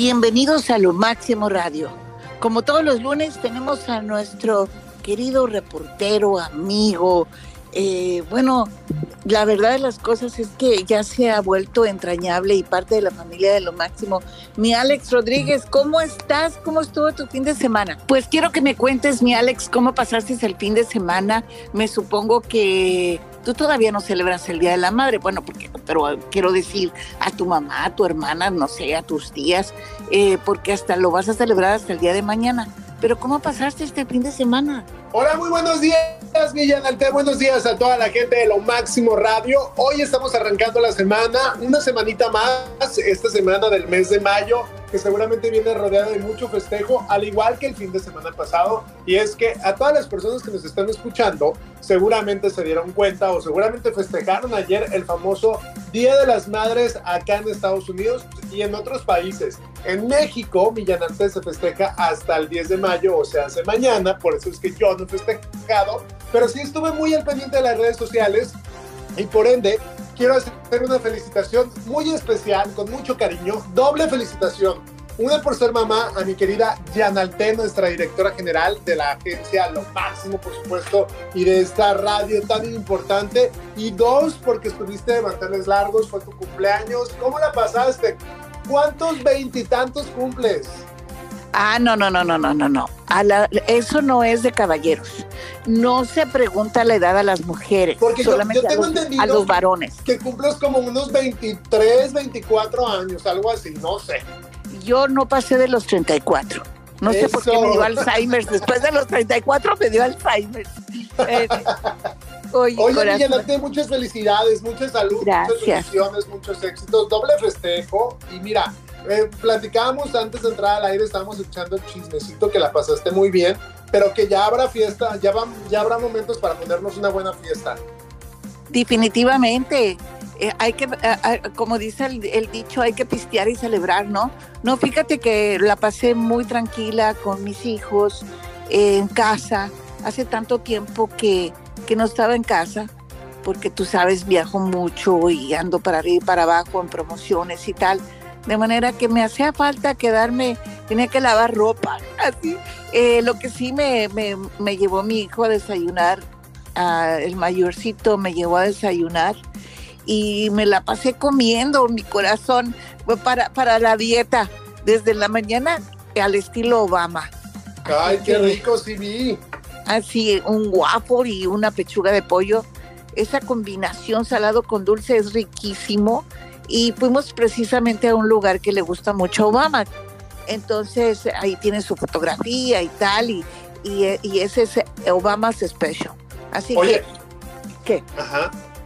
Bienvenidos a Lo Máximo Radio. Como todos los lunes tenemos a nuestro querido reportero, amigo. La verdad de las cosas es que ya se ha vuelto entrañable y parte de la familia de Lo Máximo. Mi Alex Rodríguez, ¿cómo estás? ¿Cómo estuvo tu fin de semana? Pues quiero que me cuentes, mi Alex, cómo pasaste el fin de semana. Me supongo que tú todavía no celebras el Día de la Madre, pero quiero decir a tu mamá, a tu hermana, no sé, a tus tías, porque hasta lo vas a celebrar hasta el día de mañana. Pero ¿cómo pasaste este fin de semana? Hola, muy buenos días, Millán Alte. Buenos días a toda la gente de Lo Máximo Radio. Hoy estamos arrancando la semana, una semanita más, esta semana del mes de mayo, que seguramente viene rodeada de mucho festejo, al igual que el fin de semana pasado. Y es que a todas las personas que nos están escuchando, seguramente se dieron cuenta o seguramente festejaron ayer el famoso Día de las Madres acá en Estados Unidos y en otros países. En México, Millán Alte, se festeja hasta el 10 de mayo, o sea, hace mañana, por eso es que yo no he festejado, pero sí estuve muy al pendiente de las redes sociales y por ende quiero hacer una felicitación muy especial, con mucho cariño, doble felicitación. Una por ser mamá a mi querida Yana Alte, nuestra directora general de la agencia Lo Máximo, por supuesto, y de esta radio tan importante. Y dos, porque estuviste de manteles largos, fue tu cumpleaños. ¿Cómo la pasaste? ¿Cuántos veintitantos cumples? No. Eso no es de caballeros. No se pregunta la edad a las mujeres, porque solamente yo tengo entendido a los varones. Que cumples como unos 23, 24 años, algo así, no sé. Yo no pasé de los 34. No sé por qué me dio Alzheimer. Después de los 34 me dio Alzheimer. Oye, Millán Alte, muchas felicidades, mucha salud, gracias. Muchas bendiciones, muchos éxitos, doble festejo. Y mira, platicábamos antes de entrar al aire, estábamos echando el chismecito, que la pasaste muy bien, pero que ya habrá fiesta, ya habrá momentos para ponernos una buena fiesta. Definitivamente. Hay que, como dice el dicho, hay que pistear y celebrar, ¿no? No, fíjate que la pasé muy tranquila con mis hijos, en casa. Hace tanto tiempo que no estaba en casa, porque tú sabes, viajo mucho y ando para arriba y para abajo en promociones y tal, de manera que me hacía falta quedarme, tenía que lavar ropa, así. Lo que sí me llevó mi hijo a desayunar, el mayorcito me llevó a desayunar, y me la pasé comiendo, mi corazón fue para la dieta, desde la mañana al estilo Obama. ¡Ay, qué rico, sí vi! Así, un waffle y una pechuga de pollo. Esa combinación salado con dulce es riquísimo, y fuimos precisamente a un lugar que le gusta mucho a Obama. Entonces ahí tiene su fotografía y tal, y ese es Obama's Special. Así. Oye, ¿qué? Ajá.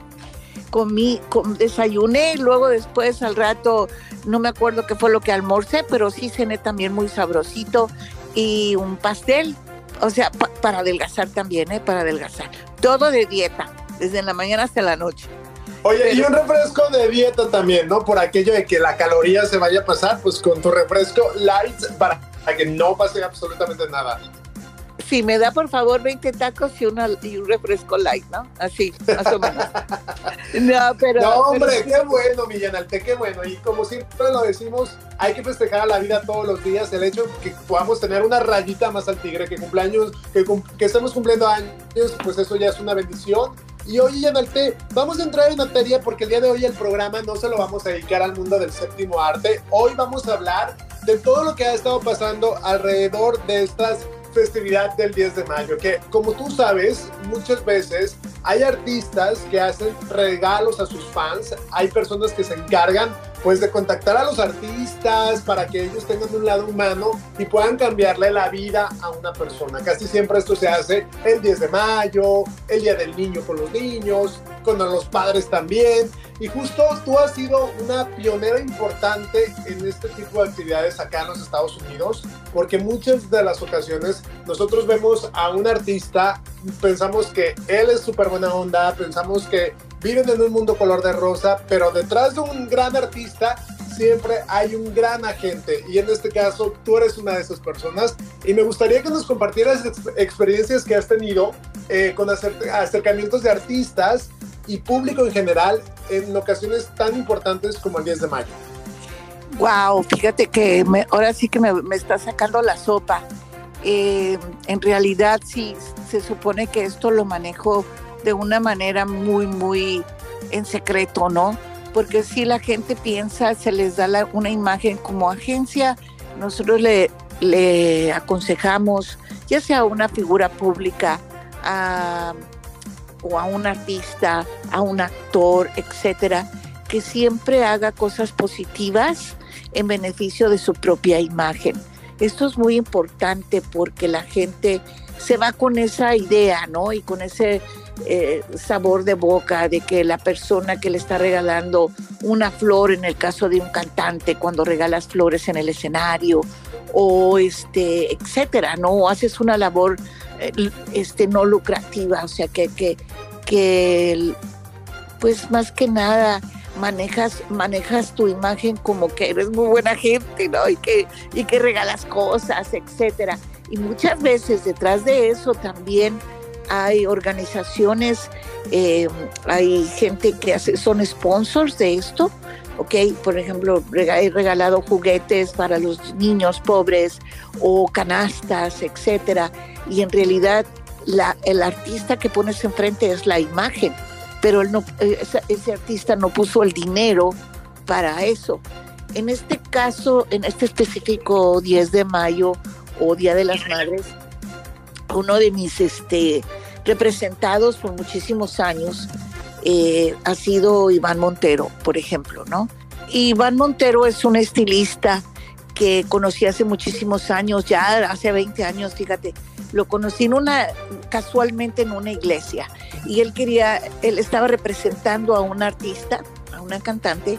Desayuné, y luego después al rato no me acuerdo qué fue lo que almorcé, pero sí cené también muy sabrosito, y un pastel, o sea, para adelgazar también, para adelgazar. Todo de dieta, desde la mañana hasta la noche. Oye, y un refresco de dieta también, ¿no? Por aquello de que la caloría se vaya a pasar, pues con tu refresco light para que no pase absolutamente nada. Sí, me da por favor 20 tacos y un refresco light, ¿no? Así, más o menos. No, hombre, qué bueno, Millán Alte, qué bueno. Y como siempre lo decimos, hay que festejar a la vida todos los días. El hecho de que podamos tener una rayita más al tigre, que cumpleaños, que estemos cumpliendo años, pues eso ya es una bendición. Y hoy, Millán Alte, vamos a entrar en materia, porque el día de hoy el programa no se lo vamos a dedicar al mundo del séptimo arte. Hoy vamos a hablar de todo lo que ha estado pasando alrededor de estas festividad del 10 de mayo, que como tú sabes, muchas veces hay artistas que hacen regalos a sus fans, hay personas que se encargan pues de contactar a los artistas para que ellos tengan un lado humano y puedan cambiarle la vida a una persona. Casi siempre esto se hace el 10 de mayo, el Día del Niño con los niños, con los padres también. Y justo tú has sido una pionera importante en este tipo de actividades acá en los Estados Unidos, porque muchas de las ocasiones nosotros vemos a un artista, pensamos que él es súper buena onda, pensamos que viven en un mundo color de rosa, pero detrás de un gran artista siempre hay un gran agente, y en este caso tú eres una de esas personas, y me gustaría que nos compartieras experiencias que has tenido con acercamientos de artistas y público en general en ocasiones tan importantes como el 10 de mayo. Wow, fíjate que ahora sí que me está sacando la sopa. En realidad sí, se supone que esto lo manejo de una manera muy, muy en secreto, ¿no? Porque si la gente piensa, se les da una imagen como agencia, nosotros le aconsejamos, ya sea a una figura pública, o a un artista, a un actor, etcétera, que siempre haga cosas positivas en beneficio de su propia imagen. Esto es muy importante porque la gente se va con esa idea, ¿no? Y con ese sabor de boca de que la persona que le está regalando una flor, en el caso de un cantante, cuando regalas flores en el escenario, o etcétera, ¿no? O haces una labor no lucrativa, o sea, que pues más que nada manejas tu imagen como que eres muy buena gente, ¿no? Y que regalas cosas, etcétera. Y muchas veces detrás de eso también hay organizaciones, hay gente que son sponsors de esto, ¿ok? Por ejemplo, he regalado juguetes para los niños pobres o canastas, etcétera. Y en realidad el artista que pones enfrente es la imagen, pero ese artista no puso el dinero para eso. En este caso, en este específico 10 de mayo o Día de las Madres, uno de mis representados por muchísimos años ha sido Iván Montero, por ejemplo, ¿no? Iván Montero es un estilista que conocí hace muchísimos años, ya hace 20 años, fíjate. Lo conocí casualmente en una iglesia, y él estaba representando a un artista, a una cantante,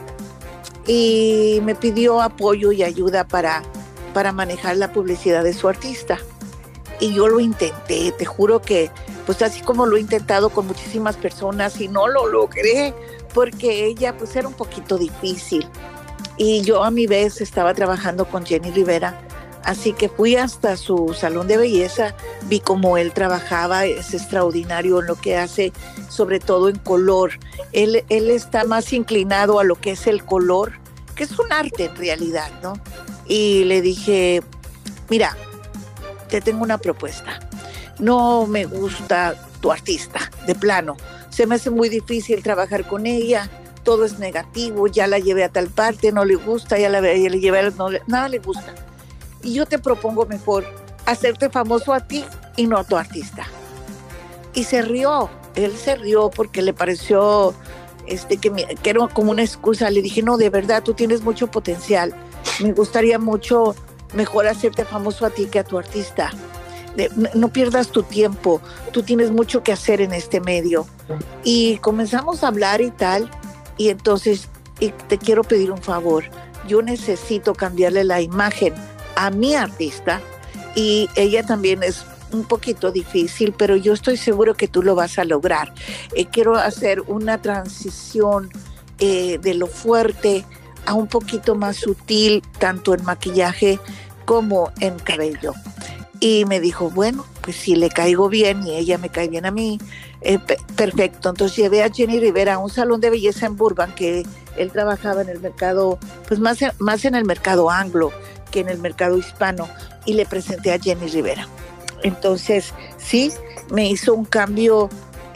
y me pidió apoyo y ayuda para manejar la publicidad de su artista. Y yo lo intenté, te juro que, pues así como lo he intentado con muchísimas personas y no lo logré, porque ella pues era un poquito difícil. Y yo a mi vez estaba trabajando con Jenny Rivera, así que fui hasta su salón de belleza, vi cómo él trabajaba, es extraordinario en lo que hace, sobre todo en color. Él está más inclinado a lo que es el color, que es un arte en realidad, ¿no? Y le dije, mira, te tengo una propuesta. No me gusta tu artista, de plano. Se me hace muy difícil trabajar con ella, todo es negativo, ya la llevé a tal parte, no le gusta, ya le llevé, nada le gusta. Y yo te propongo mejor hacerte famoso a ti y no a tu artista. Y se rió, él se rió porque le pareció que era como una excusa. Le dije, no, de verdad, tú tienes mucho potencial. Me gustaría mucho mejor hacerte famoso a ti que a tu artista. No pierdas tu tiempo, tú tienes mucho que hacer en este medio. Y comenzamos a hablar y tal, y entonces te quiero pedir un favor. Yo necesito cambiarle la imagen a mi artista, y ella también es un poquito difícil, pero yo estoy seguro que tú lo vas a lograr. Quiero hacer una transición de lo fuerte a un poquito más sutil, tanto en maquillaje como en cabello. Y me dijo, bueno, pues si le caigo bien y ella me cae bien a mí, perfecto. Entonces llevé a Jenny Rivera a un salón de belleza en Burbank, que él trabajaba en el mercado, pues más en el mercado anglo que en el mercado hispano, y le presenté a Jenny Rivera. Entonces, sí, me hizo un cambio,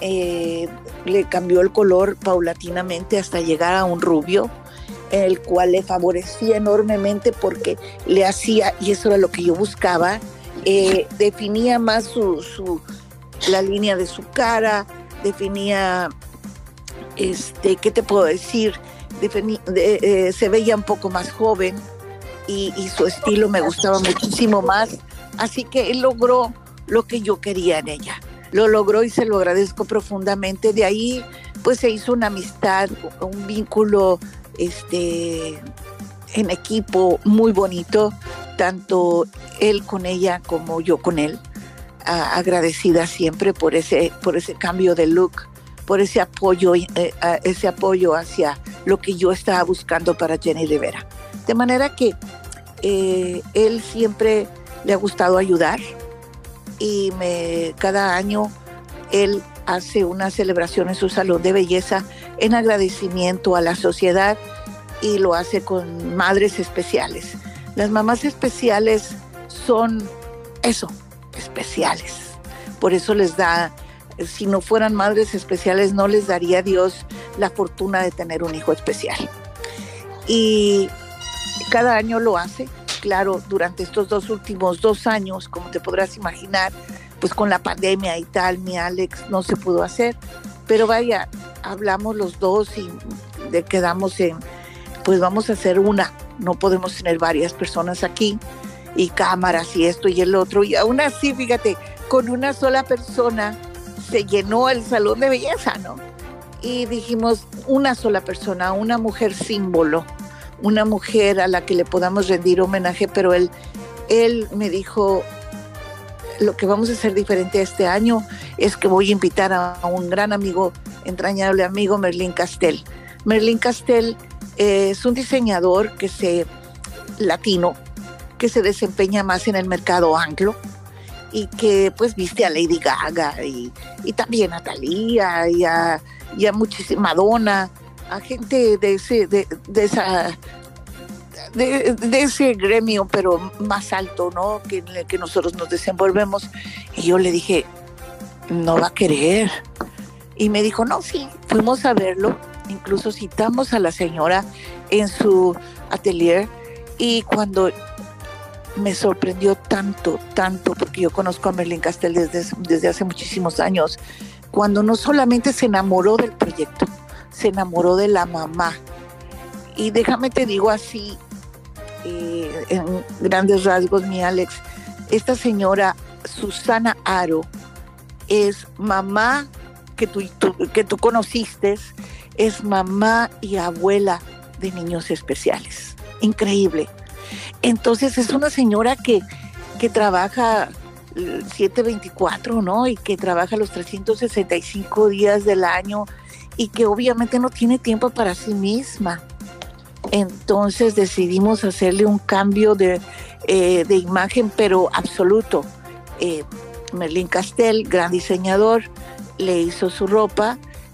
le cambió el color paulatinamente hasta llegar a un rubio, el cual le favorecía enormemente porque le hacía, y eso era lo que yo buscaba, definía más la línea de su cara, definía, ¿qué te puedo decir? Se veía un poco más joven, y su estilo me gustaba muchísimo más, así que él logró lo que yo quería en ella. Lo logró y se lo agradezco profundamente. De ahí pues se hizo una amistad, un vínculo en equipo muy bonito, tanto él con ella como yo con él. Agradecida siempre por ese cambio de look, por ese apoyo hacia lo que yo estaba buscando para Jenny Rivera. De manera que él siempre le ha gustado ayudar, y cada año él hace una celebración en su salón de belleza en agradecimiento a la sociedad y lo hace con madres especiales. Las mamás especiales son eso, especiales. Por eso les da, si no fueran madres especiales, no les daría Dios la fortuna de tener un hijo especial. Y cada año lo hace. Claro, durante estos últimos 2 años, como te podrás imaginar, pues con la pandemia y tal, mi Alex no se pudo hacer. Pero vaya, hablamos los dos y quedamos en, pues vamos a hacer una. No podemos tener varias personas aquí y cámaras y esto y el otro. Y aún así, fíjate, con una sola persona se llenó el salón de belleza, ¿no? Y dijimos, una sola persona, una mujer símbolo, una mujer a la que le podamos rendir homenaje, pero él me dijo, lo que vamos a hacer diferente este año es que voy a invitar a un gran amigo, entrañable amigo, Merlín Castell. Merlín Castell es un diseñador latino, que se desempeña más en el mercado anglo y que pues viste a Lady Gaga y también a Thalía y a muchísima Madonna, a gente de ese gremio, pero más alto, ¿no? Que en el que nosotros nos desenvolvemos. Y yo le dije, no va a querer. Y me dijo, no, sí, fuimos a verlo. Incluso citamos a la señora en su atelier. Y cuando me sorprendió tanto, porque yo conozco a Merlín Castell desde hace muchísimos años, cuando no solamente se enamoró del proyecto, se enamoró de la mamá. Y déjame te digo así, en grandes rasgos, mi Alex, esta señora Susana Aro es mamá que tú conociste, es mamá y abuela de niños especiales. Increíble. Entonces es una señora que trabaja 7/24, ¿no? Y que trabaja los 365 días del año y que obviamente no tiene tiempo para sí misma. Entonces decidimos hacerle un cambio de imagen, pero absoluto. Merlín Castell, gran diseñador, le hizo su ropa.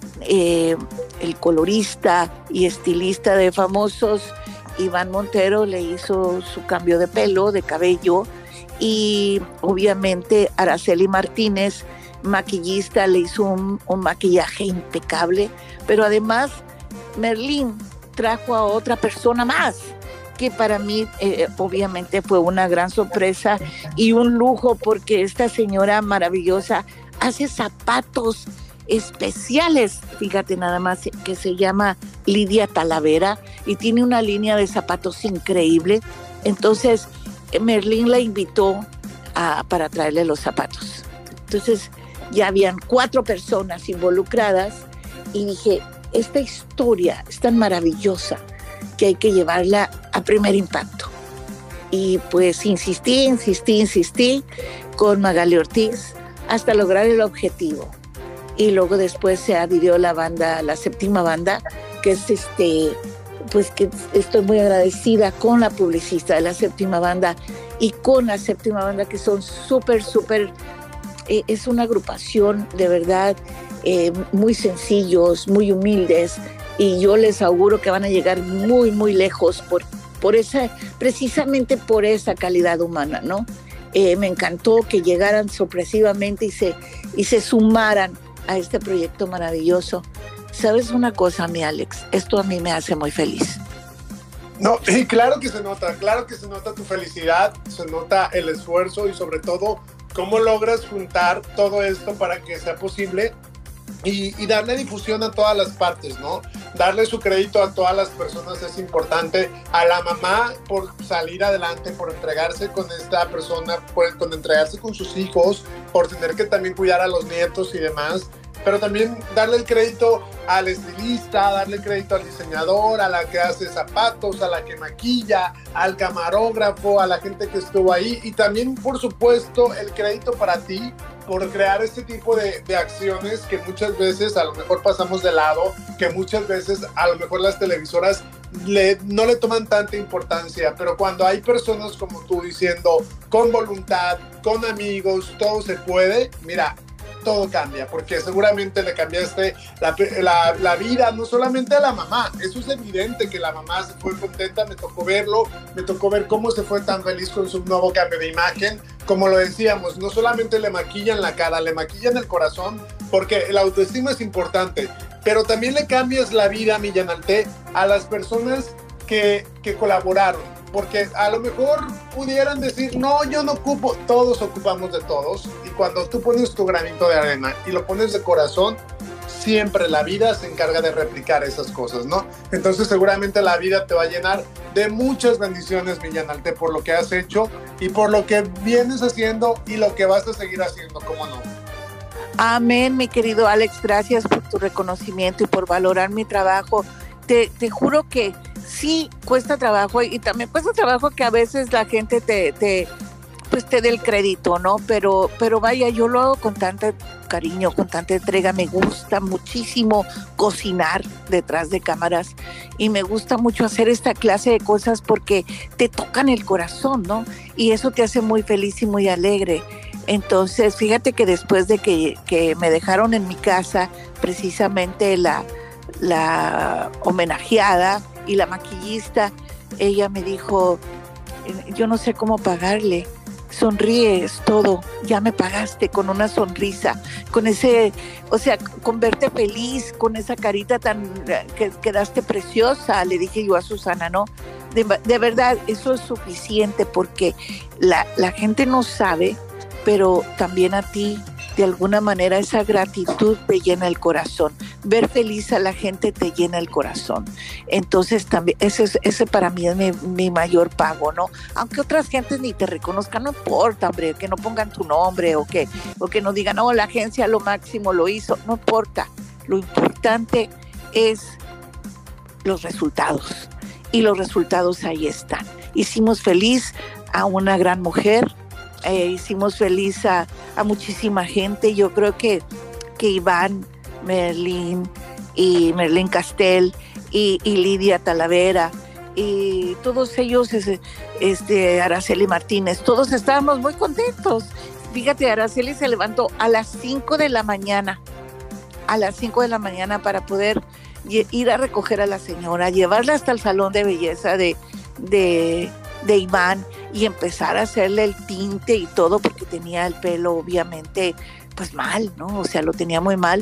El colorista y estilista de famosos, Iván Montero, le hizo su cambio de pelo, de cabello. Y obviamente Araceli Martínez, maquillista, le hizo un maquillaje impecable. Pero además Merlín trajo a otra persona más, que para mí obviamente fue una gran sorpresa y un lujo, porque esta señora maravillosa hace zapatos especiales, fíjate nada más, que se llama Lidia Talavera y tiene una línea de zapatos increíble. Entonces Merlín la invitó para traerle los zapatos. Entonces ya habían 4 personas involucradas y dije, esta historia es tan maravillosa que hay que llevarla a primer impacto. Y pues insistí con Magali Ortiz hasta lograr el objetivo. Y luego después se adhirió la banda, la Séptima Banda, que es pues que estoy muy agradecida con la publicista de la Séptima Banda y con la Séptima Banda, que son súper, es una agrupación de verdad muy sencillos, muy humildes, y yo les auguro que van a llegar muy, muy lejos precisamente por esa calidad humana, ¿no? Me encantó que llegaran sorpresivamente y se sumaran a este proyecto maravilloso. ¿Sabes una cosa, mi Alex? Esto a mí me hace muy feliz. No, y claro que se nota tu felicidad, se nota el esfuerzo y sobre todo cómo logras juntar todo esto para que sea posible y darle difusión a todas las partes, ¿no? Darle su crédito a todas las personas es importante. A la mamá por salir adelante, por entregarse con esta persona, por entregarse con sus hijos, por tener que también cuidar a los nietos y demás. Pero también darle el crédito al estilista, darle crédito al diseñador, a la que hace zapatos, a la que maquilla, al camarógrafo, a la gente que estuvo ahí. Y también, por supuesto, el crédito para ti por crear este tipo de acciones que muchas veces a lo mejor pasamos de lado, que muchas veces a lo mejor las televisoras no le toman tanta importancia, pero cuando hay personas como tú diciendo, con voluntad, con amigos, todo se puede, mira, todo cambia, porque seguramente le cambiaste la vida, no solamente a la mamá. Eso es evidente que la mamá se fue contenta, me tocó verlo, me tocó ver cómo se fue tan feliz con su nuevo cambio de imagen. Como lo decíamos, no solamente le maquillan la cara, le maquillan el corazón, porque la autoestima es importante, pero también le cambias la vida, Millán Alté, a las personas que colaboraron, porque a lo mejor pudieran decir, no, yo no ocupo, todos ocupamos de todos, y cuando tú pones tu granito de arena y lo pones de corazón, siempre la vida se encarga de replicar esas cosas, ¿no? Entonces seguramente la vida te va a llenar de muchas bendiciones, Millán Alté, por lo que has hecho y por lo que vienes haciendo y lo que vas a seguir haciendo, ¿cómo no? Amén, mi querido Alex, gracias por tu reconocimiento y por valorar mi trabajo. Te juro que sí cuesta trabajo y también cuesta trabajo que a veces la gente te dé el crédito, ¿no? Pero vaya, yo lo hago con tanto cariño, con tanta entrega. Me gusta muchísimo cocinar detrás de cámaras y me gusta mucho hacer esta clase de cosas porque te tocan el corazón, ¿no? Y eso te hace muy feliz y muy alegre. Entonces, fíjate que después de que me dejaron en mi casa, precisamente la homenajeada y la maquillista, ella me dijo, yo no sé cómo pagarle, sonríe, es todo, ya me pagaste con una sonrisa, con ese, o sea, con verte feliz, con esa carita tan, que quedaste preciosa, le dije yo a Susana, ¿no? De verdad, eso es suficiente porque la gente no sabe, pero también a ti, de alguna manera, esa gratitud te llena el corazón. Ver feliz a la gente te llena el corazón. Entonces, también ese para mí es mi mayor pago, ¿no? Aunque otras gentes ni te reconozcan, no importa, hombre, que no pongan tu nombre o que no digan, no, la agencia lo máximo lo hizo, no importa. Lo importante es los resultados. Y los resultados ahí están. Hicimos feliz a una gran mujer, hicimos feliz a muchísima gente. Yo creo que Iván, Merlín Castel y Lidia Talavera y todos ellos, Araceli Martínez, todos estábamos muy contentos. Fíjate, Araceli se levantó a las 5 de la mañana, para poder ir a recoger a la señora, llevarla hasta el salón de belleza de Iván y empezar a hacerle el tinte y todo, porque tenía el pelo obviamente pues mal, ¿no? O sea, lo tenía muy mal.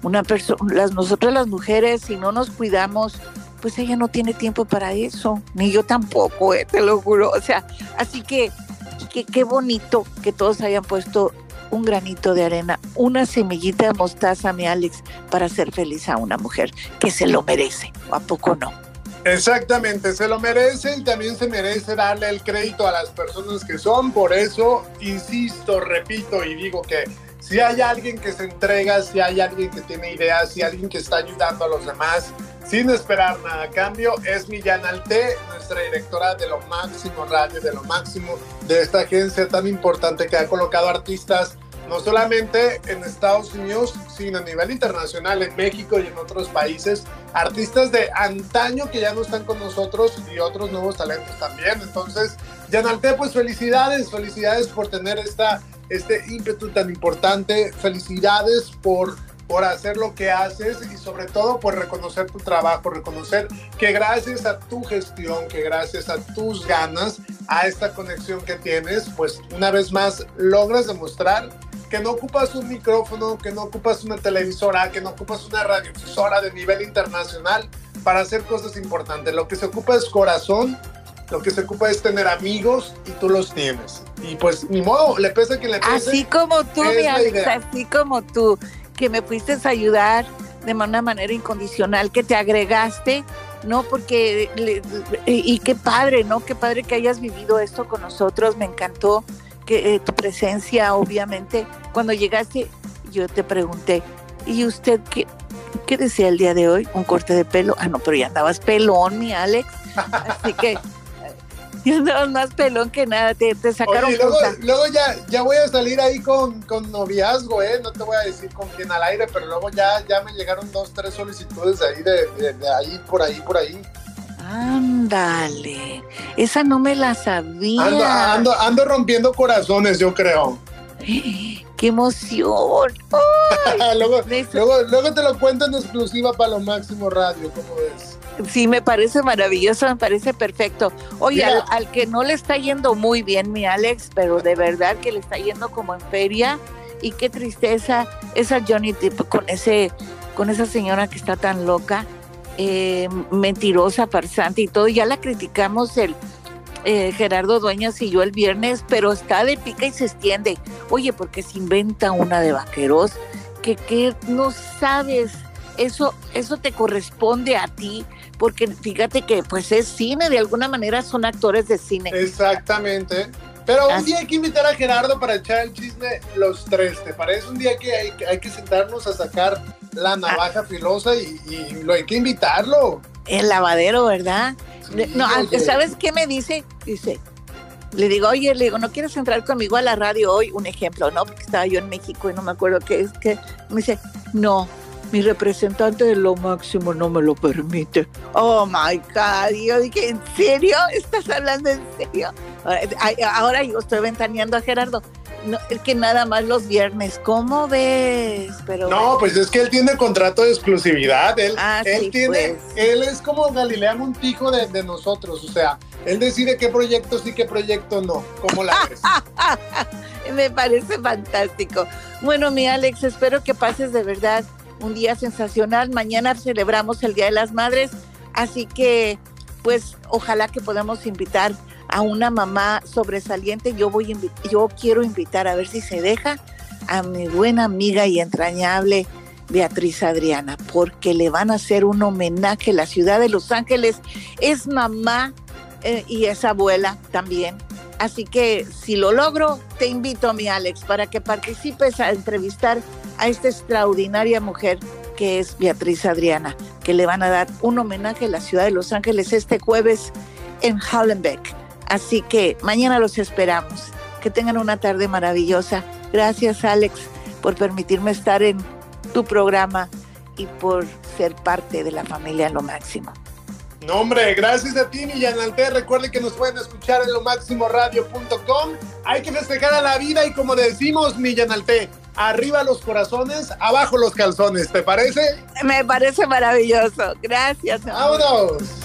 Nosotras las mujeres, si no nos cuidamos, pues ella no tiene tiempo para eso, ni yo tampoco, te lo juro. O sea, así que qué bonito que todos hayan puesto un granito de arena, una semillita de mostaza, mi Alex, para hacer feliz a una mujer que se lo merece, ¿o a poco no? Exactamente, se lo merece y también se merece darle el crédito a las personas que son. Por eso, insisto, repito y digo que si hay alguien que se entrega, si hay alguien que tiene ideas, si hay alguien que está ayudando a los demás sin esperar nada a cambio, es Millán Alté, nuestra directora de Lo Máximo Radio, de Lo Máximo, de esta agencia tan importante que ha colocado artistas no solamente en Estados Unidos, sino a nivel internacional, en México y en otros países, artistas de antaño que ya no están con nosotros y otros nuevos talentos también. Entonces, Millán Alté, pues felicidades por tener este ímpetu tan importante, felicidades por hacer lo que haces y sobre todo por reconocer tu trabajo, reconocer que gracias a tu gestión, que gracias a tus ganas, a esta conexión que tienes, pues una vez más logras demostrar que no ocupas un micrófono, que no ocupas una televisora, que no ocupas una radiodifusora de nivel internacional para hacer cosas importantes. Lo que se ocupa es corazón, lo que se ocupa es tener amigos y tú los tienes. Y pues ni modo, le pese a quien le pese. Así como tú, mi Alex, así como tú, que me fuiste a ayudar de una manera incondicional, que te agregaste, ¿no? Porque, y qué padre, ¿no? Qué padre que hayas vivido esto con nosotros, me encantó que tu presencia, obviamente. Cuando llegaste, yo te pregunté, ¿y usted qué desea el día de hoy? ¿Un corte de pelo? Ah, no, pero ya andabas pelón, mi Alex, así que ya andabas más pelón que nada, te sacaron. Oye, luego ya voy a salir ahí con noviazgo, no te voy a decir con quién al aire, pero luego ya me llegaron 2-3 solicitudes de ahí, de ahí, por ahí. Ándale, esa no me la sabía. Ando rompiendo corazones, yo creo. ¡Qué emoción! luego te lo cuento en exclusiva para Lo Máximo Radio, ¿cómo ves? Sí, me parece maravilloso, me parece perfecto. Oye, al que no le está yendo muy bien, mi Alex, pero de verdad que le está yendo como en feria, y qué tristeza esa Johnny Depp con esa señora que está tan loca, mentirosa, farsante y todo. Ya la criticamos Gerardo Dueñas y yo el viernes, pero está de pica y se extiende. Oye, porque se inventa una de vaqueros que no sabes, eso te corresponde a ti, porque fíjate que pues es cine, de alguna manera son actores de cine. Exactamente. Pero un día hay que invitar a Gerardo para echar el chisme los tres, ¿te parece? Un día que hay que sentarnos a sacar la navaja filosa y lo hay que invitarlo. El lavadero, ¿verdad? Sí, no, ¿sabes qué me dice? Dice, le digo, ¿no quieres entrar conmigo a la radio hoy? Un ejemplo, ¿no? Porque estaba yo en México y no me acuerdo qué es que. Me dice, no, mi representante de Lo Máximo no me lo permite. Oh my God. Y yo dije, ¿en serio? ¿Estás hablando en serio? Ahora yo estoy ventaneando a Gerardo. No, es que nada más los viernes, ¿cómo ves? Pero no, pues es que él tiene contrato de exclusividad, él es como Galilea Montijo de nosotros, o sea, él decide qué proyecto sí, qué proyecto no. ¿Cómo la ves? Me parece fantástico. Bueno, mi Alex, espero que pases de verdad un día sensacional. Mañana celebramos el Día de las Madres, así que pues ojalá que podamos invitar a una mamá sobresaliente. Yo quiero invitar, a ver si se deja, a mi buena amiga y entrañable Beatriz Adriana, porque le van a hacer un homenaje. La ciudad de Los Ángeles es mamá y es abuela también. Así que si lo logro, te invito, mi Alex, para que participes a entrevistar a esta extraordinaria mujer que es Beatriz Adriana, que le van a dar un homenaje a la ciudad de Los Ángeles este jueves en Hallenbeck. Así que mañana los esperamos. Que tengan una tarde maravillosa. Gracias, Alex, por permitirme estar en tu programa y por ser parte de la familia Lo Máximo. No, hombre, gracias a ti, Millán Alté. Recuerden que nos pueden escuchar en lomaximoradio.com. Hay que festejar a la vida y, como decimos, Millán Alté, arriba los corazones, abajo los calzones. ¿Te parece? Me parece maravilloso. Gracias. ¡Vámonos!